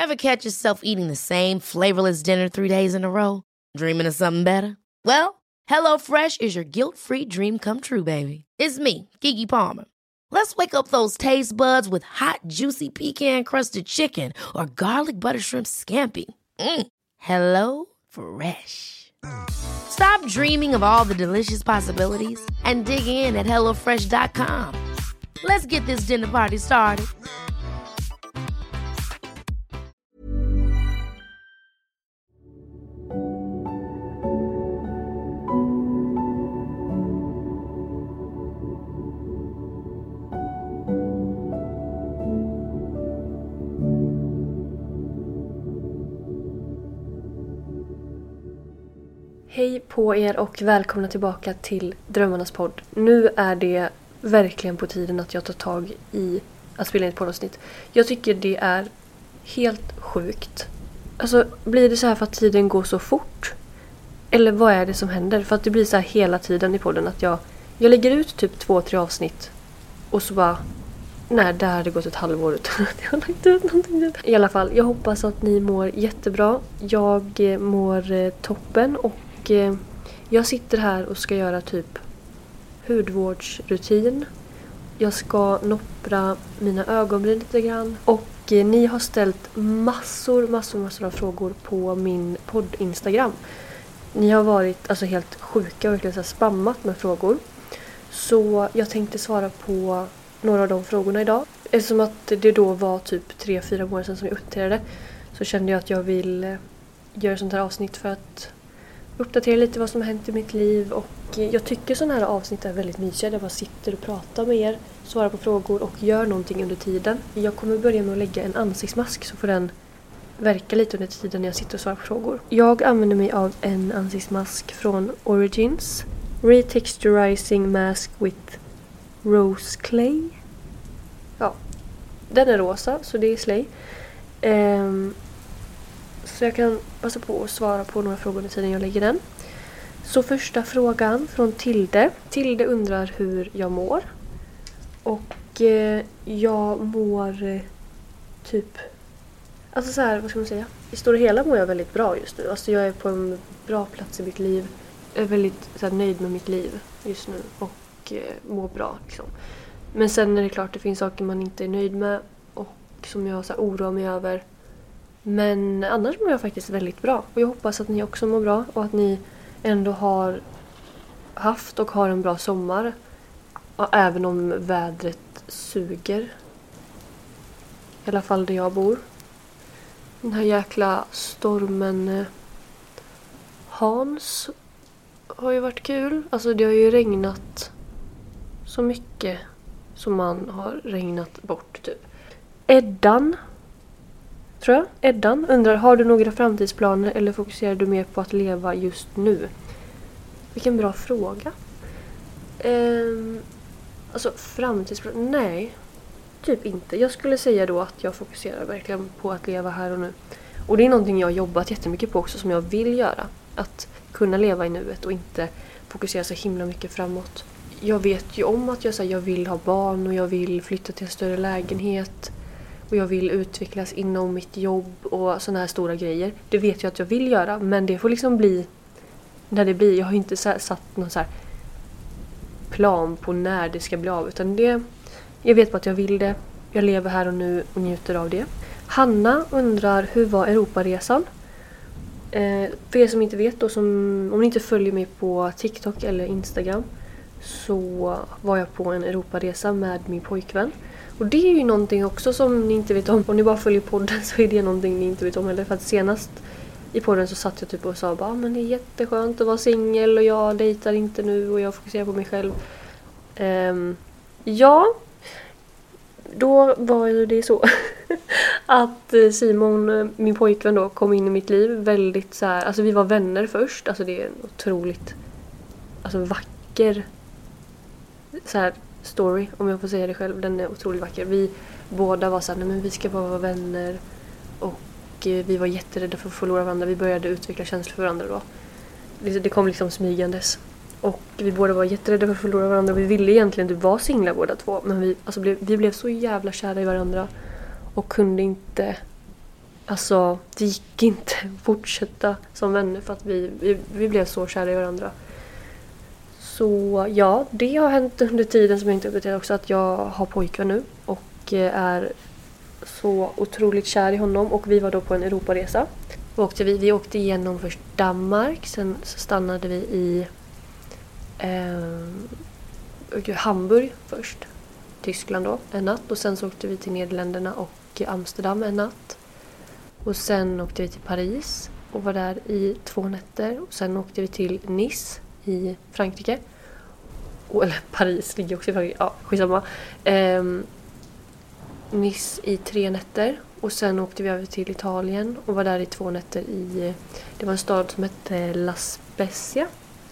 Ever catch yourself eating the same flavorless dinner 3 days in a row? Dreaming of something better? Well, HelloFresh is your guilt-free dream come true, baby. It's me, Keke Palmer. Let's wake up those taste buds with hot, juicy pecan-crusted chicken or garlic butter shrimp scampi. Hello Fresh. Stop dreaming of all the delicious possibilities and dig in at HelloFresh.com. Let's get this dinner party started. Hej på er och välkomna tillbaka till Drömmarnas podd. Nu är det verkligen på tiden att jag tar tag i att spela in ett poddavsnitt. Jag tycker det är helt sjukt. Alltså, blir det så här för att tiden går så fort? Eller vad är det som händer? För att det blir så här hela tiden i podden att jag lägger ut typ 2-3 avsnitt och så bara, nej, där har det gått ett halvår utan att jag har lagt ut någonting. I alla fall, jag hoppas att ni mår jättebra. Jag mår toppen och jag sitter här och ska göra typ hudvårdsrutin. Jag ska noppra mina ögonbryn lite grann. Och ni har ställt massor av frågor på min podd-Instagram. Ni har varit alltså helt sjuka och verkligen så här spammat med frågor. Så jag tänkte svara på några av de frågorna idag. Eftersom att det då var typ 3-4 månader sedan som jag uppdaterade, så kände jag att jag vill göra sånt här avsnitt för att uppdatera lite vad som har hänt i mitt liv. Och jag tycker sådana här avsnitt är väldigt mysiga. Jag bara sitter och pratar med er, svarar på frågor och gör någonting under tiden. Jag kommer börja med att lägga en ansiktsmask så får den verka lite under tiden när jag sitter och svarar på frågor. Jag använder mig av en ansiktsmask från Origins. Retexturizing Mask with Rose Clay. Ja, den är rosa så det är slay. Så jag kan passa på att svara på några frågor under tiden jag lägger den. Så första frågan från Tilde. Tilde undrar hur jag mår. Och jag mår typ, alltså så här, vad ska man säga? I stora hela mår jag väldigt bra just nu. Alltså jag är på en bra plats i mitt liv. Jag är väldigt så här, nöjd med mitt liv just nu och mår bra liksom. Men sen är det klart det finns saker man inte är nöjd med och som jag så här, oroar mig över. Men annars mår jag faktiskt väldigt bra. Och jag hoppas att ni också mår bra och att ni ändå har haft och har en bra sommar. Och även om vädret suger. I alla fall där jag bor. Den här jäkla stormen Hans har ju varit kul. Alltså det har ju regnat så mycket som man har regnat bort typ. Eddan, tror jag. Eddan undrar, har du några framtidsplaner eller fokuserar du mer på att leva just nu? Vilken bra fråga. Alltså framtidsplaner, nej. Typ inte. Jag skulle säga då att jag fokuserar verkligen på att leva här och nu. Och det är någonting jag har jobbat jättemycket på också som jag vill göra. Att kunna leva i nuet och inte fokusera så himla mycket framåt. Jag vet ju om att jag vill ha barn och jag vill flytta till en större lägenhet. Och jag vill utvecklas inom mitt jobb och såna här stora grejer. Det vet jag att jag vill göra, men det får liksom bli när det blir. Jag har inte satt någon så här plan på när det ska bli av, utan det, jag vet bara att jag vill det. Jag lever här och nu och njuter av det. Hanna undrar, hur var Europaresan? För er som inte vet då, om ni inte följer mig på TikTok eller Instagram, så var jag på en Europaresa med min pojkvän. Och det är ju någonting också som ni inte vet om. Om ni bara följer podden så är det någonting ni inte vet om heller. För att senast i podden så satt jag typ och sa bara, men det är jätteskönt att vara singel och jag dejtar inte nu och jag fokuserar på mig själv. Ja, då var ju det så att Simon, min pojkvän då, kom in i mitt liv väldigt så här, alltså vi var vänner först. Alltså det är en otroligt vacker så här story, om jag får säga det själv. Den är otroligt vacker. Vi båda var så här, nej men vi ska bara vara vänner. Och vi var jätterädda för att förlora varandra. Vi började utveckla känslor för varandra då. Det kom liksom smygandes. Och vi båda var jätterädda för att förlora varandra. Vi ville egentligen typ vara singlar båda två. Men vi blev så jävla kära i varandra. Och kunde inte Alltså, det gick inte att fortsätta som vänner för att vi blev så kära i varandra. Så ja, det har hänt under tiden som jag inte uppdaterat också, att jag har pojkvän nu och är så otroligt kär i honom. Och vi var då på en Europaresa. Vi åkte igenom först Danmark, sen så stannade vi i Hamburg först, Tyskland då, en natt. Och sen så åkte vi till Nederländerna och Amsterdam en natt. Och sen åkte vi till Paris och var där i 2 nätter. Och sen åkte vi till Nice i Frankrike. Eller Paris ligger också i Frankrike. Ja, skitsamma. Nice i 3 nätter. Och sen åkte vi över till Italien och var där i 2 nätter i... Det var en stad som hette La Spezia.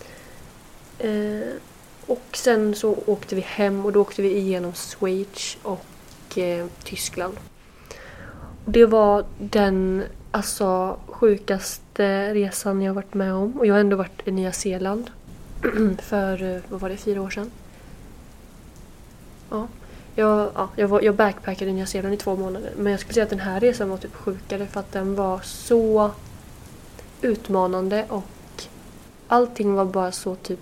Och sen så åkte vi hem och då åkte vi igenom Schweiz och Tyskland. Det var den sjukaste resan jag varit med om. Och jag har ändå varit i Nya Zeeland för, vad var det, 4 år sedan? Ja. Jag backpackade i Nya Zeeland i 2 månader. Men jag skulle säga att den här resan var typ sjukare för att den var så utmanande och allting var bara så typ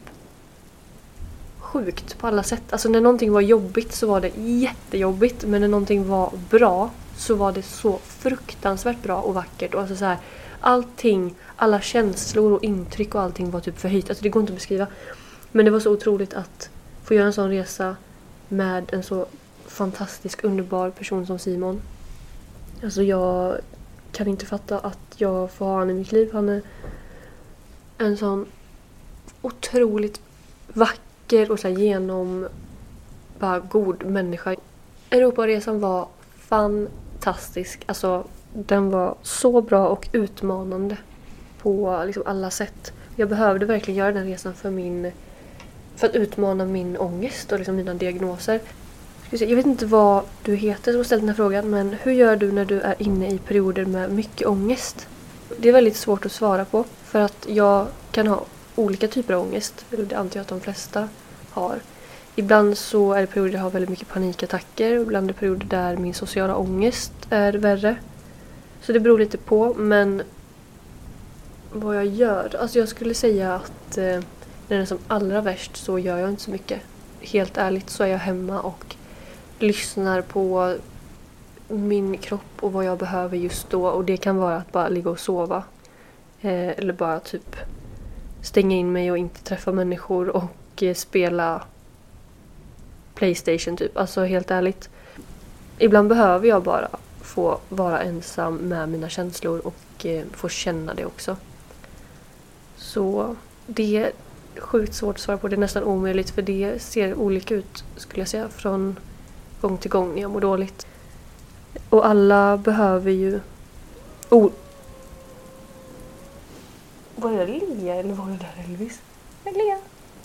sjukt på alla sätt. Alltså när någonting var jobbigt så var det jättejobbigt, men när någonting var bra så var det så fruktansvärt bra och vackert. Och alltså så här, allting, alla känslor och intryck och allting var typ förhöjt. Alltså det går inte att beskriva. Men det var så otroligt att få göra en sån resa med en så fantastisk, underbar person som Simon. Alltså jag kan inte fatta att jag får ha honom i mitt liv. Han är en sån otroligt vacker och så här bara god människa. Europaresan var fantastisk. Alltså den var så bra och utmanande på liksom alla sätt. Jag behövde verkligen göra den resan för att utmana min ångest och liksom mina diagnoser. Jag vet inte vad du heter som har ställt den här frågan, men hur gör du när du är inne i perioder med mycket ångest? Det är väldigt svårt att svara på, för att jag kan ha olika typer av ångest. Eller det antar jag att de flesta har. Ibland så är det perioder där jag har väldigt mycket panikattacker. Och ibland är det perioder där min sociala ångest är värre. Så det beror lite på, men vad jag gör? Alltså jag skulle säga att när det är som allra värst så gör jag inte så mycket. Helt ärligt så är jag hemma och lyssnar på min kropp och vad jag behöver just då. Och det kan vara att bara ligga och sova. Eller bara typ stänga in mig och inte träffa människor och spela PlayStation typ. Alltså helt ärligt. Ibland behöver jag bara få vara ensam med mina känslor och få känna det också. Så det är sjukt svårt att svara på. Det är nästan omöjligt, för det ser olika ut skulle jag säga från gång till gång när jag mår dåligt. Och alla behöver ju... Var det Lea eller var det där Elvis? Lea.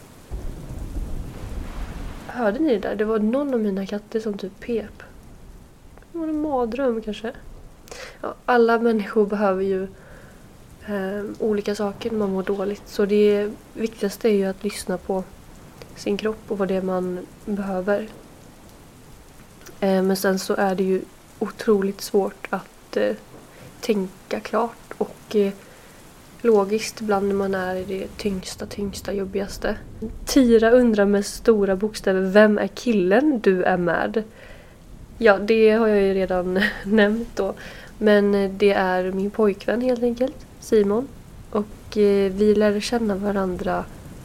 Hörde ni det där? Det var någon av mina katter som typ pep. Det var en mardröm kanske. Ja, alla människor behöver ju olika saker när man mår dåligt. Så det viktigaste är ju att lyssna på sin kropp och vad det är man behöver. Men sen så är det ju otroligt svårt att tänka klart och logiskt ibland när man är i det tyngsta, jobbigaste. Tyra undrar med stora bokstäver, vem är killen du är med? Ja, det har jag ju redan nämnt då. Men det är min pojkvän helt enkelt, Simon. Och vi lärde känna varandra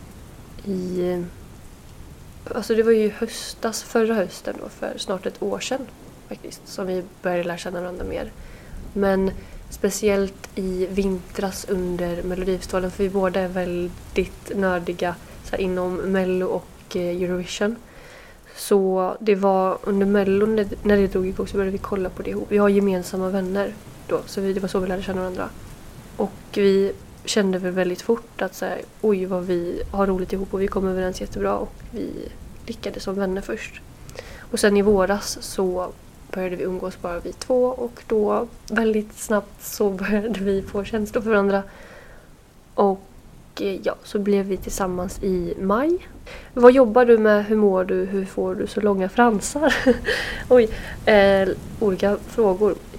alltså det var ju förra hösten då, för snart ett år sedan faktiskt, som vi började lära känna varandra mer. Men speciellt i vintras under Melodifestivalen, för vi båda är väldigt nördiga så här, inom Mello och Eurovision. Så det var under Mello när det drog igång så började vi kolla på det ihop. Vi har gemensamma vänner då, så det var så vi lärde känna varandra. Och vi kände väl väldigt fort att så här, oj vad vi har roligt ihop och vi kom överens jättebra och vi lyckades som vänner först. Och sen i våras så började vi umgås bara vi två och då väldigt snabbt så började vi få känslor för varandra. Och ja, så blev vi tillsammans i maj. Vad jobbar du med? Hur mår du? Hur får du så långa fransar? Oj, olika frågor.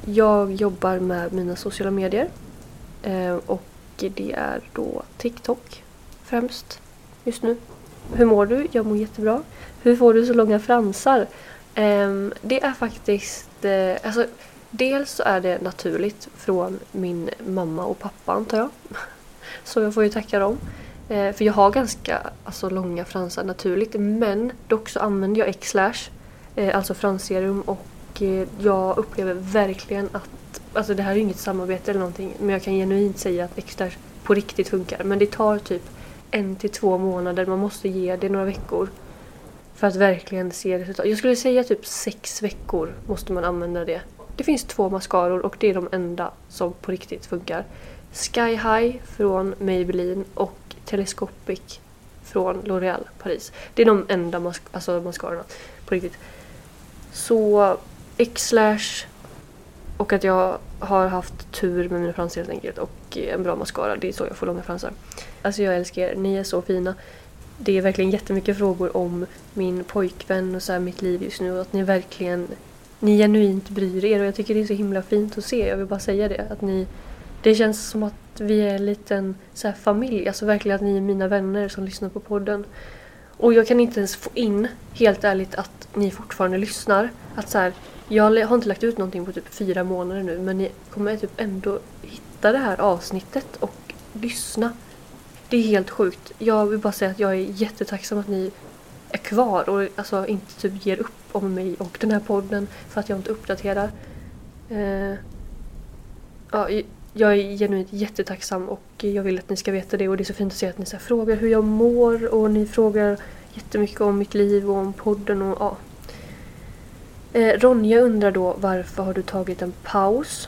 Jag jobbar med mina sociala medier. Och det är då TikTok främst just nu. Hur mår du? Jag mår jättebra. Hur får du så långa fransar? Det är faktiskt... alltså, dels så är det naturligt från min mamma och pappa, antar jag. Så jag får ju tacka dem. För jag har ganska långa fransar naturligt. Men dock så använder jag X-Lash, alltså fransserum. Och jag upplever verkligen att... Alltså det här är inget samarbete eller någonting. Men jag kan genuint säga att X-Lash på riktigt funkar. Men det tar typ 1 till 2 månader. Man måste ge det några veckor. För att verkligen se resultat. Jag skulle säga typ 6 veckor måste man använda det. Det finns 2 mascaror och det är de enda som på riktigt funkar. Sky High från Maybelline och Telescopic från L'Oréal Paris. Det är de enda mascarorna på riktigt. Så X-Lash och att jag har haft tur med mina fransar helt enkelt och en bra mascara. Det är så jag får långa fransar. Alltså jag älskar er. Ni är så fina. Det är verkligen jättemycket frågor om min pojkvän och så här mitt liv just nu. Och att ni genuint bryr er. Och jag tycker det är så himla fint att se. Jag vill bara säga det. Att det känns som att vi är en liten så här familj. Alltså verkligen att ni är mina vänner som lyssnar på podden. Och jag kan inte ens få in, helt ärligt, att ni fortfarande lyssnar. Att så här, jag har inte lagt ut någonting på typ 4 månader nu. Men ni kommer typ ändå hitta det här avsnittet och lyssna. Det är helt sjukt. Jag vill bara säga att jag är jättetacksam att ni är kvar och alltså inte typ ger upp om mig och den här podden för att jag inte uppdaterar. Jag är genuint jättetacksam och jag vill att ni ska veta det. Och det är så fint att se att ni så här frågar hur jag mår och ni frågar jättemycket om mitt liv och om podden och ja. Ronja undrar då, varför har du tagit en paus?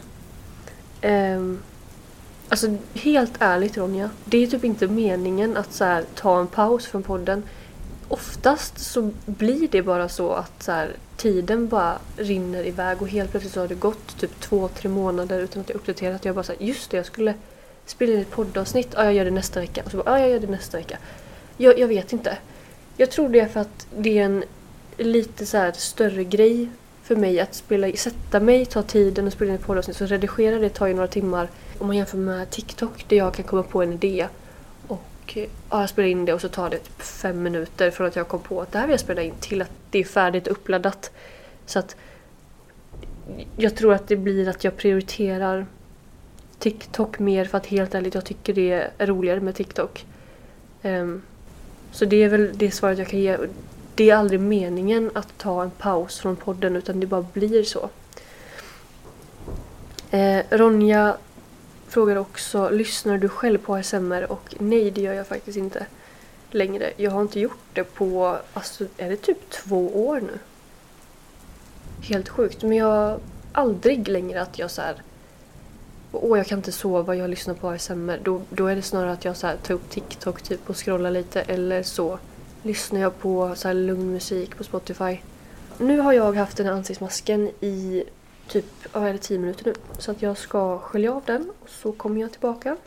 Alltså helt ärligt Ronja, det är typ inte meningen att så här, ta en paus från podden. Oftast så blir det bara så att så här, tiden bara rinner iväg och helt plötsligt så har det gått typ 2-3 månader utan att jag uppdaterat. Jag bara så här, just det, jag skulle spela in ett poddavsnitt. Ja, jag gör det nästa vecka. Och så bara, ja, jag gör det nästa vecka. Jag vet inte. Jag tror det är för att det är en lite så här större grej för mig att sätta mig, ta tiden och spela in ett poddavsnitt. Så redigera det tar ju några timmar. Om man jämför med TikTok där jag kan komma på en idé och jag spelar in det och så tar det typ 5 minuter från att jag kom på att det här vill jag spela in till att det är färdigt och uppladdat. Så att jag tror att det blir att jag prioriterar TikTok mer för att helt ärligt jag tycker det är roligare med TikTok. Så det är väl det svaret jag kan ge. Det är aldrig meningen att ta en paus från podden utan det bara blir så. Ronja frågar också, lyssnar du själv på ASMR? Och nej, det gör jag faktiskt inte längre. Jag har inte gjort det på, är det typ 2 år nu? Helt sjukt, men jag aldrig längre att jag så här, jag kan inte sova, jag lyssnar på ASMR. Då är det snarare att jag så här, tar upp TikTok typ och scrollar lite eller så lyssnar jag på så här lugn musik på Spotify. Nu har jag haft den här ansiktsmasken i typ 10 minuter nu. Så att jag ska skölja av den och så kommer jag tillbaka.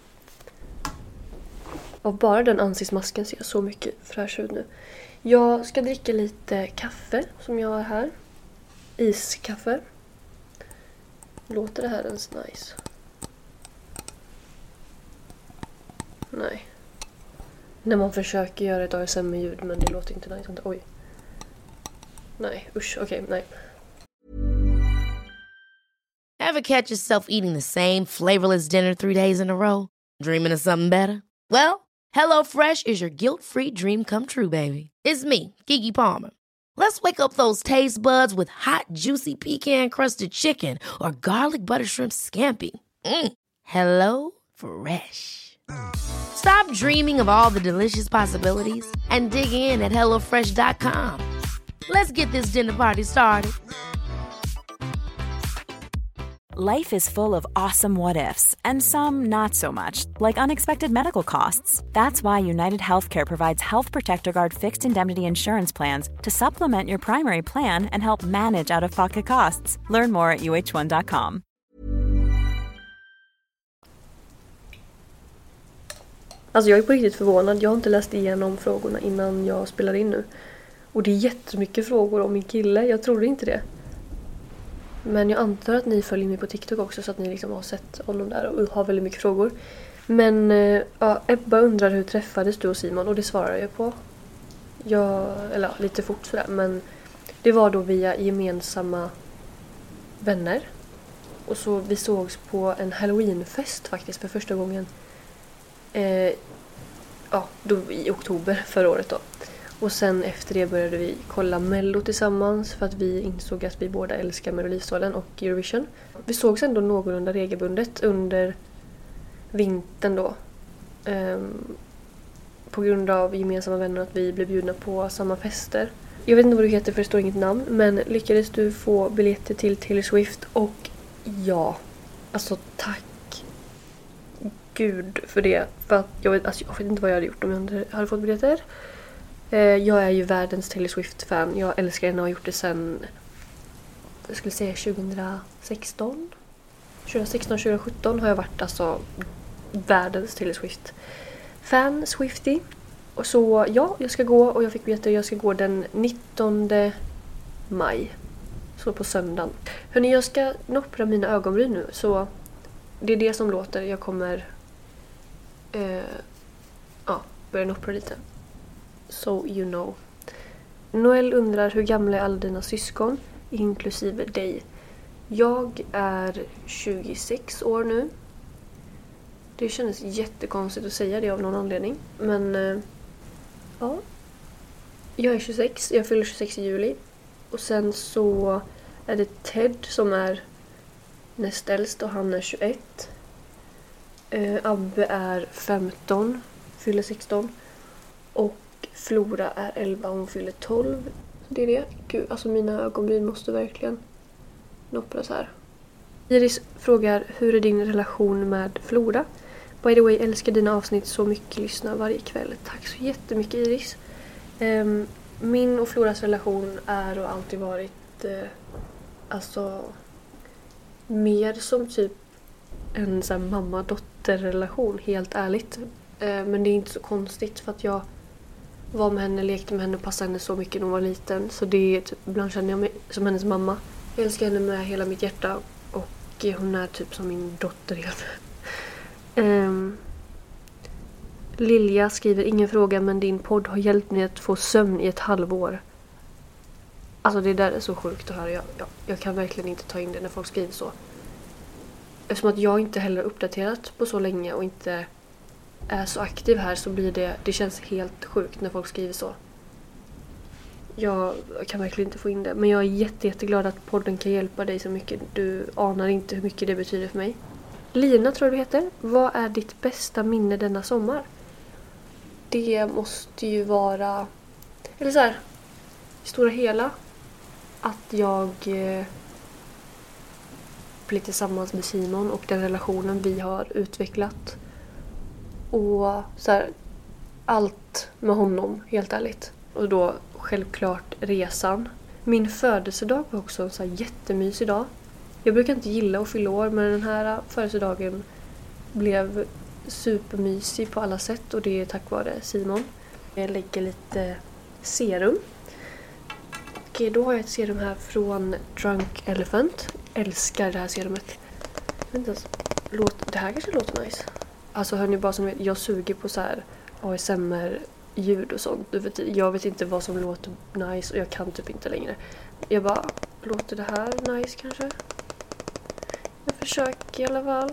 Av bara den ansiktsmasken ser jag så mycket fräsch ut nu. Jag ska dricka lite kaffe som jag har här. Iskaffe. Låter det här ens nice? Nej. När man försöker göra ett ASMR-ljud men det låter inte nice. Oj. Nej, usch, okej, nej. Ever catch yourself eating the same flavorless dinner 3 days in a row? Dreaming of something better? Well, HelloFresh is your guilt-free dream come true, baby. It's me, Keke Palmer. Let's wake up those taste buds with hot, juicy pecan-crusted chicken or garlic butter shrimp scampi. Hello Fresh. Stop dreaming of all the delicious possibilities and dig in at HelloFresh.com. Let's get this dinner party started. Life is full of awesome what-ifs, and some not so much, like unexpected medical costs. That's why United Healthcare provides Health Protector Guard fixed indemnity insurance plans to supplement your primary plan and help manage out-of-pocket costs. Learn more at uh1.com. Alltså jag är på riktigt förvånad. Jag har inte läst igenom frågorna innan jag spelar in nu. Och det är jättemycket frågor om min kille. Jag trodde inte det. Men jag antar att ni följer mig på TikTok också så att ni liksom har sett honom där och har väldigt mycket frågor. Men ja, Ebba undrar hur träffades du och Simon, och det svarar jag på. Lite fort sådär, men det var då via gemensamma vänner. Och så vi sågs på en Halloweenfest faktiskt för första gången. Då i oktober förra året då. Och sen efter det började vi kolla Mello tillsammans för att vi insåg att vi båda älskar Melodifestivalen och Eurovision. Vi sågs ändå någorlunda regelbundet under vintern då. På grund av gemensamma vänner att vi blev bjudna på samma fester. Jag vet inte vad du heter för det står inget namn, men lyckades du få biljetter till Taylor Swift? Och ja, alltså tack Gud för det. För att jag vet inte vad jag hade gjort om jag inte hade fått biljetter. Jag är ju världens Taylor Swift-fan. Jag älskar henne och har gjort det sedan, jag skulle säga 2016. 2016-2017 har jag varit alltså världens Taylor Swift-fan, Swiftie. Och så ja, jag ska gå och jag fick biljetter. Jag ska gå den 19 maj. Så på söndagen. Hörrni, jag ska noppra mina ögonbryn nu. Så det är det som låter. Jag kommer börja noppra lite. So you know. Noel undrar hur gamla är alla dina syskon, inklusive dig. Jag är 26 år nu. Det kändes jättekonstigt att säga det av någon anledning. Men ja. Jag är 26. Jag fyller 26 i juli. Och sen så är det Ted som är näst äldst och han är 21. Abbe är 15. Fyller 16. Och Flora är 11. Hon fyller 12. Det är det. Gud, alltså mina ögonbryn måste verkligen noppras här. Iris frågar, hur är din relation med Flora? By the way, älskar dina avsnitt så mycket, lyssnar varje kväll. Tack så jättemycket Iris. Min och Floras relation är och alltid varit alltså mer som typ en så här mamma-dotter-relation, helt ärligt. Men det är inte så konstigt för att jag var med henne, lekte med henne och passade henne så mycket när hon var liten. Så det är typ, ibland känner jag mig som hennes mamma. Jag älskar henne med hela mitt hjärta och hon är typ som min dotter helt. Lilja skriver, ingen fråga men din podd har hjälpt mig att få sömn i ett halvår. Alltså det där är så sjukt att höra. Jag kan verkligen inte ta in det när folk skriver så. Eftersom att jag inte heller uppdaterat på så länge och inte är så aktiv här så blir det känns helt sjukt när folk skriver så. Jag kan verkligen inte få in det. Men jag är jätteglad att podden kan hjälpa dig så mycket. Du anar inte hur mycket det betyder för mig. Lina tror jag du heter. Vad är ditt bästa minne denna sommar? Det måste ju vara, eller så här, i stora hela, att jag blir tillsammans med Simon och den relationen vi har utvecklat. Och så här, allt med honom, helt ärligt. Och då självklart resan. Min födelsedag var också en så här jättemysig dag. Jag brukar inte gilla att fylla år, men den här födelsedagen blev supermysig på alla sätt och det är tack vare Simon. Jag lägger lite serum. Okej, då har jag ett serum här från Drunk Elephant. Älskar det här serumet. Det här kanske låter nice. Alltså hörni, bara som jag suger på så här ASMR-ljud och sånt. Jag vet inte vad som låter nice och jag kan typ inte längre. Jag bara, låter det här nice kanske? Jag försöker i alla fall.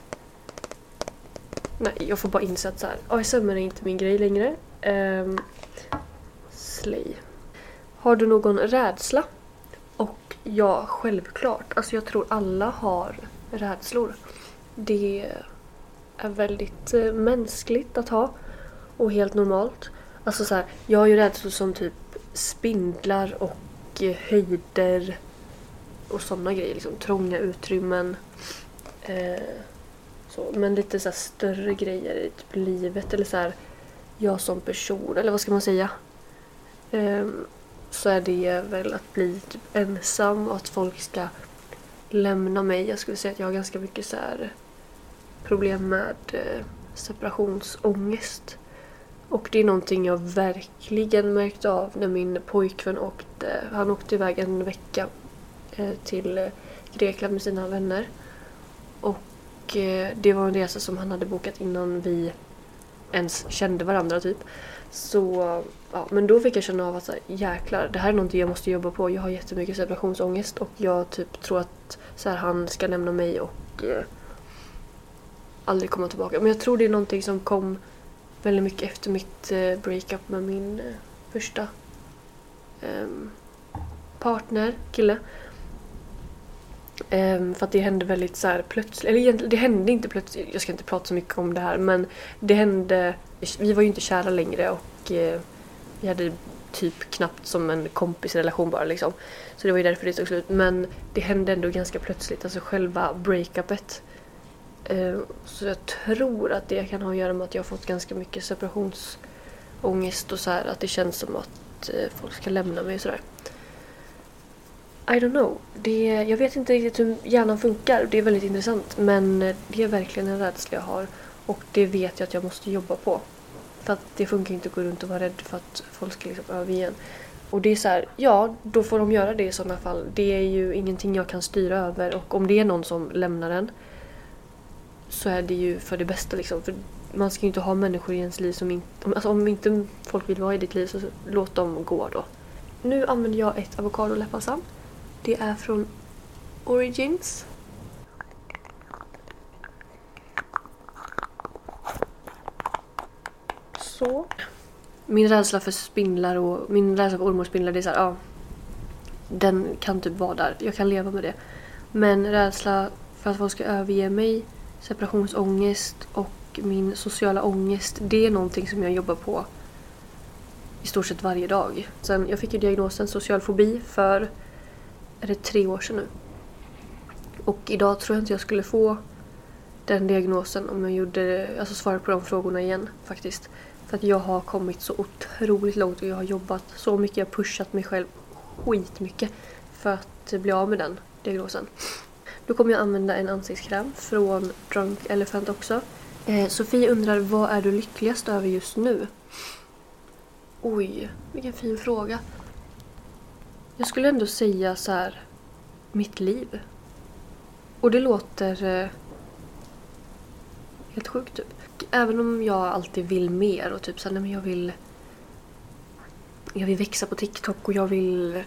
Nej, jag får bara inse att så här, ASMR är inte min grej längre. Slay. Har du någon rädsla? Och ja, självklart. Alltså jag tror alla har rädslor. Det är väldigt mänskligt att ha. Och helt normalt. Alltså så här, jag har ju rädslor som typ spindlar och höjder. Och sådana grejer, liksom trånga utrymmen. Så. Men lite så här större grejer i typ livet. Eller så här, jag som person. Eller vad ska man säga? Så är det väl att bli typ ensam och att folk ska lämna mig. Jag skulle säga att jag har ganska mycket så här problem med separationsångest. Och det är någonting jag verkligen märkte av när min pojkvän åkte. Han åkte iväg en vecka till Grekland med sina vänner. Och det var en resa som han hade bokat innan vi ens kände varandra typ. Så, ja, men då fick jag känna av att så här, jäklar, det här är någonting jag måste jobba på. Jag har jättemycket separationsångest och jag typ tror att så här, han ska lämna mig och aldrig komma tillbaka. Men jag tror det är någonting som kom väldigt mycket efter mitt breakup med min första partner, kille. För att det hände väldigt så här plötsligt. Eller egentligen, det hände inte plötsligt. Jag ska inte prata så mycket om det här. Men det hände. Vi var ju inte kära längre. Och vi hade typ knappt som en kompisrelation bara liksom. Så det var ju därför det tog slut. Men det hände ändå ganska plötsligt. Alltså själva breakupet. Så jag tror att det kan ha att göra med att jag har fått ganska mycket separationsångest. Och så här, att det känns som att folk ska lämna mig och sådär. I don't know. Jag vet inte riktigt hur hjärnan funkar. Det är väldigt intressant. Men det är verkligen en rädsla jag har. Och det vet jag att jag måste jobba på. För att det funkar inte att gå runt och vara rädd för att folk ska liksom överge en. Och det är så här, ja, då får de göra det i sådana fall. Det är ju ingenting jag kan styra över. Och om det är någon som lämnar en, så är det ju för det bästa liksom. För man ska ju inte ha människor i ens liv som inte... Alltså om inte folk vill vara i ditt liv, så låt dem gå då. Nu använder jag ett avokadoläppbalsam. Det är från Origins. Så. Min rädsla för spindlar och min rädsla för ormorspindlar, det är så här, ja. Den kan typ vara där. Jag kan leva med det. Men rädsla för att folk ska överge mig, separationsångest och min sociala ångest, det är någonting som jag jobbar på i stort sett varje dag. Sen jag fick ju diagnosen social fobi för 3 år sedan nu. Och idag tror jag inte jag skulle få den diagnosen om jag gjorde, alltså svarade på de frågorna igen faktiskt. För att jag har kommit så otroligt långt och jag har jobbat så mycket, jag har pushat mig själv skitmycket för att bli av med den diagnosen. Då kommer jag använda en ansiktskräm från Drunk Elephant också. Sofie undrar, vad är du lyckligast över just nu? Oj, vilken fin fråga. Jag skulle ändå säga så här, mitt liv. Och det låter helt sjukt typ. Även om jag alltid vill mer och typ så här, nej, men jag vill växa på TikTok och jag vill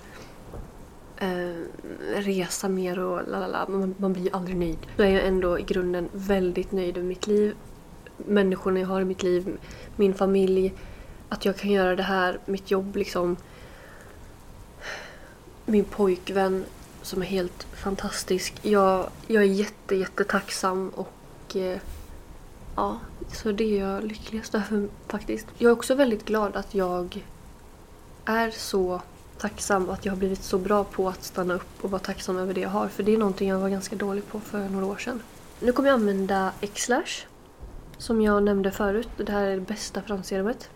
resa mer och lalala. Man blir ju aldrig nöjd. Så är jag ändå i grunden väldigt nöjd med mitt liv. Människorna jag har i mitt liv, min familj, att jag kan göra det här, mitt jobb liksom. Min pojkvän som är helt fantastisk. Jag är jättetacksam och ja, så det är jag lyckligast över faktiskt. Jag är också väldigt glad att jag är så tacksam att jag har blivit så bra på att stanna upp och vara tacksam över det jag har. För det är någonting jag var ganska dålig på för några år sedan. Nu kommer jag använda X-Lash som jag nämnde förut. Det här är det bästa fransserumet.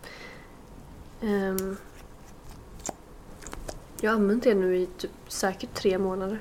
Jag har använt det nu i typ säkert 3 månader.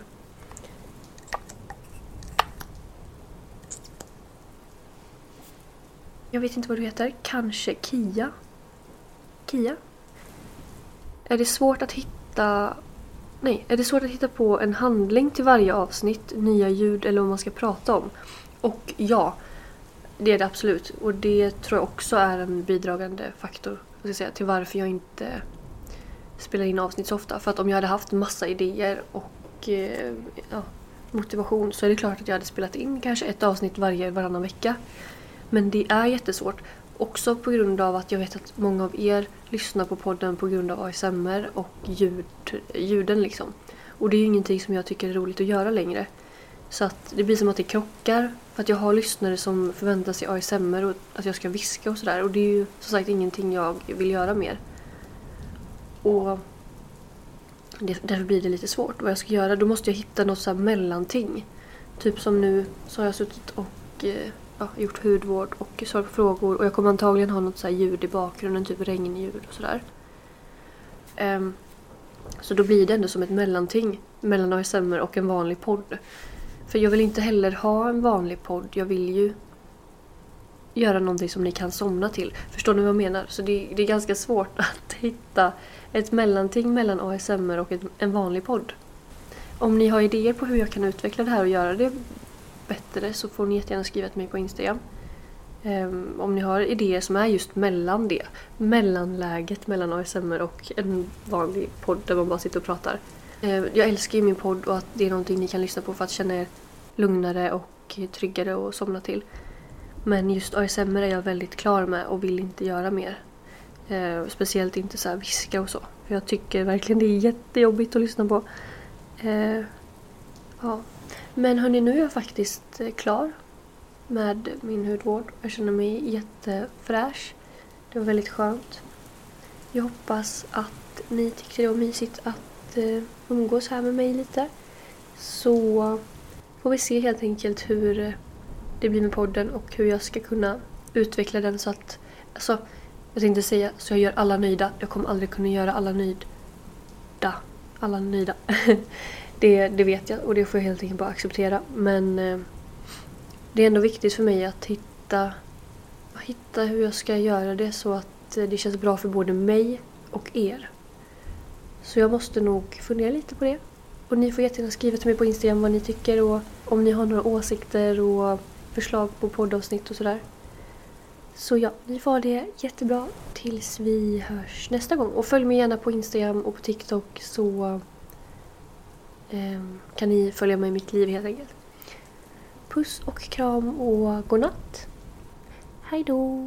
Jag vet inte vad du heter. Kanske Kia. Kia? Är det svårt att hitta på en handling till varje avsnitt, nya ljud eller vad man ska prata om? Och ja, det är det absolut. Och det tror jag också är en bidragande faktor till varför jag inte spelar in avsnitt så ofta. För att om jag hade haft massa idéer och motivation, så är det klart att jag hade spelat in kanske ett avsnitt varannan vecka. Men det är jättesvårt. Också på grund av att jag vet att många av er lyssnar på podden på grund av ASMR och ljuden liksom. Och det är ju ingenting som jag tycker är roligt att göra längre. Så att det blir som att det krockar. För att jag har lyssnare som förväntar sig ASMR och att jag ska viska och sådär. Och det är ju som sagt ingenting jag vill göra mer. Och därför blir det lite svårt vad jag ska göra. Då måste jag hitta något så här mellanting. Typ som nu så har jag suttit och gjort hudvård och svarat på frågor. Och jag kommer antagligen ha något så här ljud i bakgrunden, typ regnljud och sådär. Så då blir det ändå som ett mellanting mellan ASMR och en vanlig podd. För jag vill inte heller ha en vanlig podd. Jag vill ju göra någonting som ni kan somna till. Förstår ni vad jag menar? Så det är ganska svårt att hitta ett mellanting mellan ASMR och en vanlig podd. Om ni har idéer på hur jag kan utveckla det här och göra det bättre så får ni jättegärna skriva till mig på Instagram. Om ni har idéer som är just mellan det, mellanläget mellan ASMR och en vanlig podd där man bara sitter och pratar. Jag älskar ju min podd och att det är någonting ni kan lyssna på för att känna er lugnare och tryggare och somna till. Men just ASMR är jag väldigt klar med och vill inte göra mer. Speciellt inte så här viska och så. För jag tycker verkligen det är jättejobbigt att lyssna på. Ja. Men hörni, nu är jag faktiskt klar med min hudvård. Jag känner mig jättefräsch. Det var väldigt skönt. Jag hoppas att ni tyckte det var mysigt att umgås här med mig lite. Så får vi se helt enkelt hur det blir med podden och hur jag ska kunna utveckla den så att... Alltså, jag tänkte säga så jag gör alla nöjda. Jag kommer aldrig kunna göra alla nöjda. Alla nöjda. Det vet jag och det får jag helt enkelt bara acceptera. Men det är ändå viktigt för mig att hitta hur jag ska göra det så att det känns bra för både mig och er. Så jag måste nog fundera lite på det. Och ni får jättegärna skriva till mig på Instagram vad ni tycker och om ni har några åsikter och förslag på poddavsnitt och sådär. Så ja, ni får det jättebra tills vi hörs nästa gång. Och följ mig gärna på Instagram och på TikTok så kan ni följa mig i mitt liv helt enkelt. Puss och kram och godnatt. Hej då!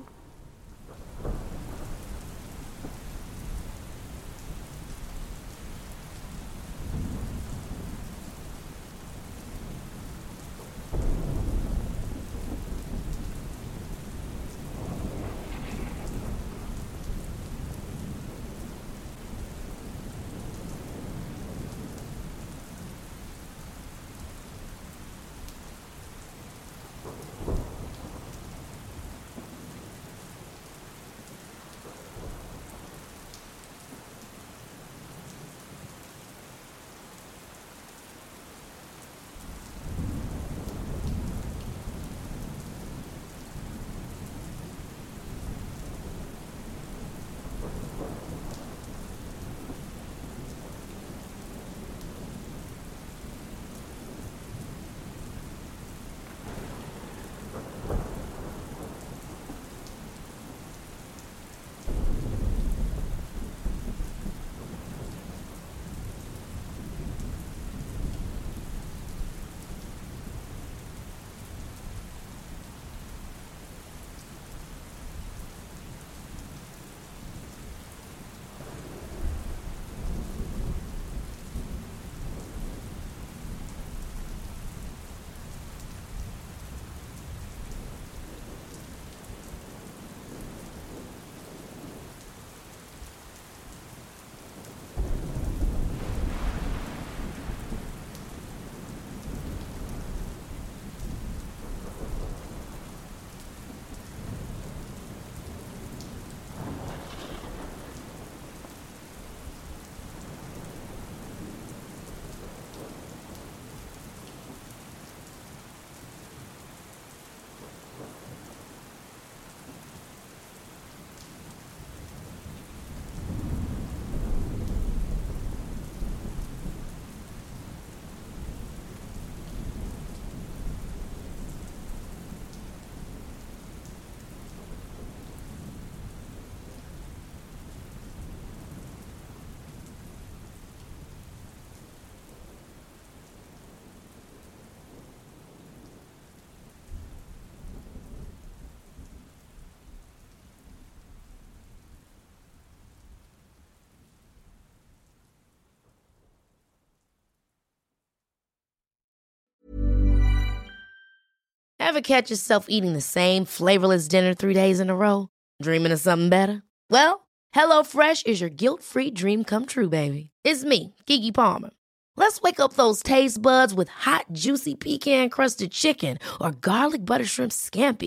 Ever catch yourself eating the same flavorless dinner 3 days in a row? Dreaming of something better? Well, HelloFresh is your guilt-free dream come true, baby. It's me, Keke Palmer. Let's wake up those taste buds with hot, juicy pecan-crusted chicken or garlic butter shrimp scampi.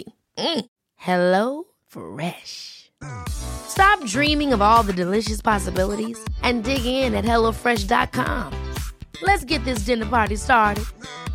Hello Fresh. Stop dreaming of all the delicious possibilities and dig in at HelloFresh.com. Let's get this dinner party started.